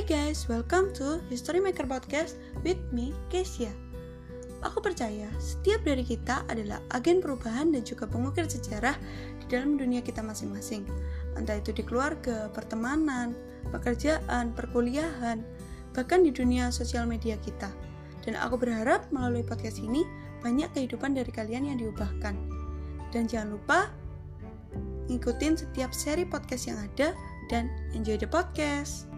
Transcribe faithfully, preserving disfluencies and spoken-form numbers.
guys, welcome to History Maker Podcast with me, Kesia. Aku percaya setiap dari kita adalah agen perubahan dan juga pengukir sejarah di dalam dunia kita masing-masing. Entah itu di keluarga, pertemanan, pekerjaan, perkuliahan, bahkan di dunia sosial media kita. Dan aku berharap melalui podcast ini banyak kehidupan dari kalian yang diubahkan. Dan jangan lupa ngikutin setiap seri podcast yang ada dan enjoy the podcast.